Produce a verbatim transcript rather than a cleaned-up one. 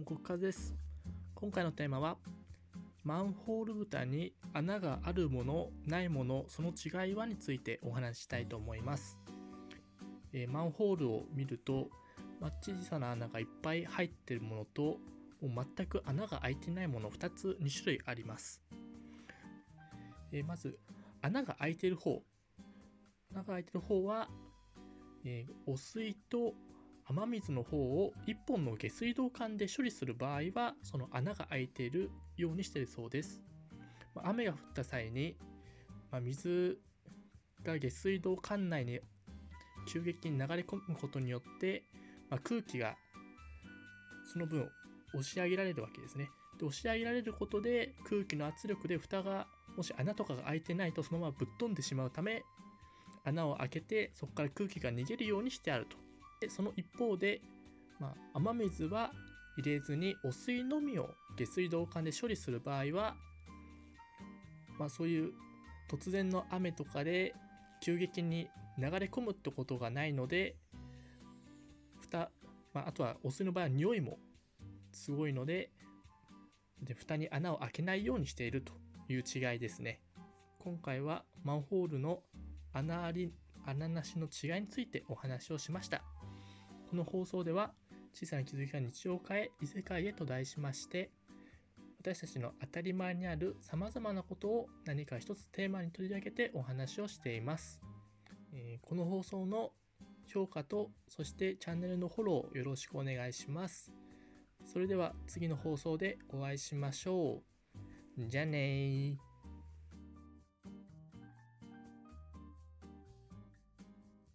国和です。今回のテーマはマンホール蓋に穴があるものないものその違いはについてお話ししたいと思います。えー、マンホールを見ると、まあ、小さな穴がいっぱい入っているものともう全く穴が開いていないものふたつに種類あります。えー、まず穴が開いている方穴が開いている方は、えー、汚水と雨水の方をいっぽんの下水道管で処理する場合はその穴が開いているようにしているそうです。まあ、雨が降った際に、まあ、水が下水道管内に急激に流れ込むことによって、まあ、空気がその分押し上げられるわけですね。で、押し上げられることで空気の圧力で蓋がもし穴とかが開いてないとそのままぶっ飛んでしまうため、穴を開けてそこから空気が逃げるようにしてあると。でその一方で、まあ、雨水は入れずに汚水のみを下水道管で処理する場合は、まあ、そういう突然の雨とかで急激に流れ込むってことがないので、蓋、まあ、あとは汚水の場合は匂いもすごいので、で蓋に穴を開けないようにしているという違いですね。今回はマンホールの穴あり穴なしの違いについてお話をしました。この放送では小さな気づきが日常を変え異世界へと題しまして、私たちの当たり前にあるさまざまなことを何か一つテーマに取り上げてお話をしています。えー、この放送の評価とそしてチャンネルのフォローよろしくお願いします。それでは次の放送でお会いしましょう。じゃあねー。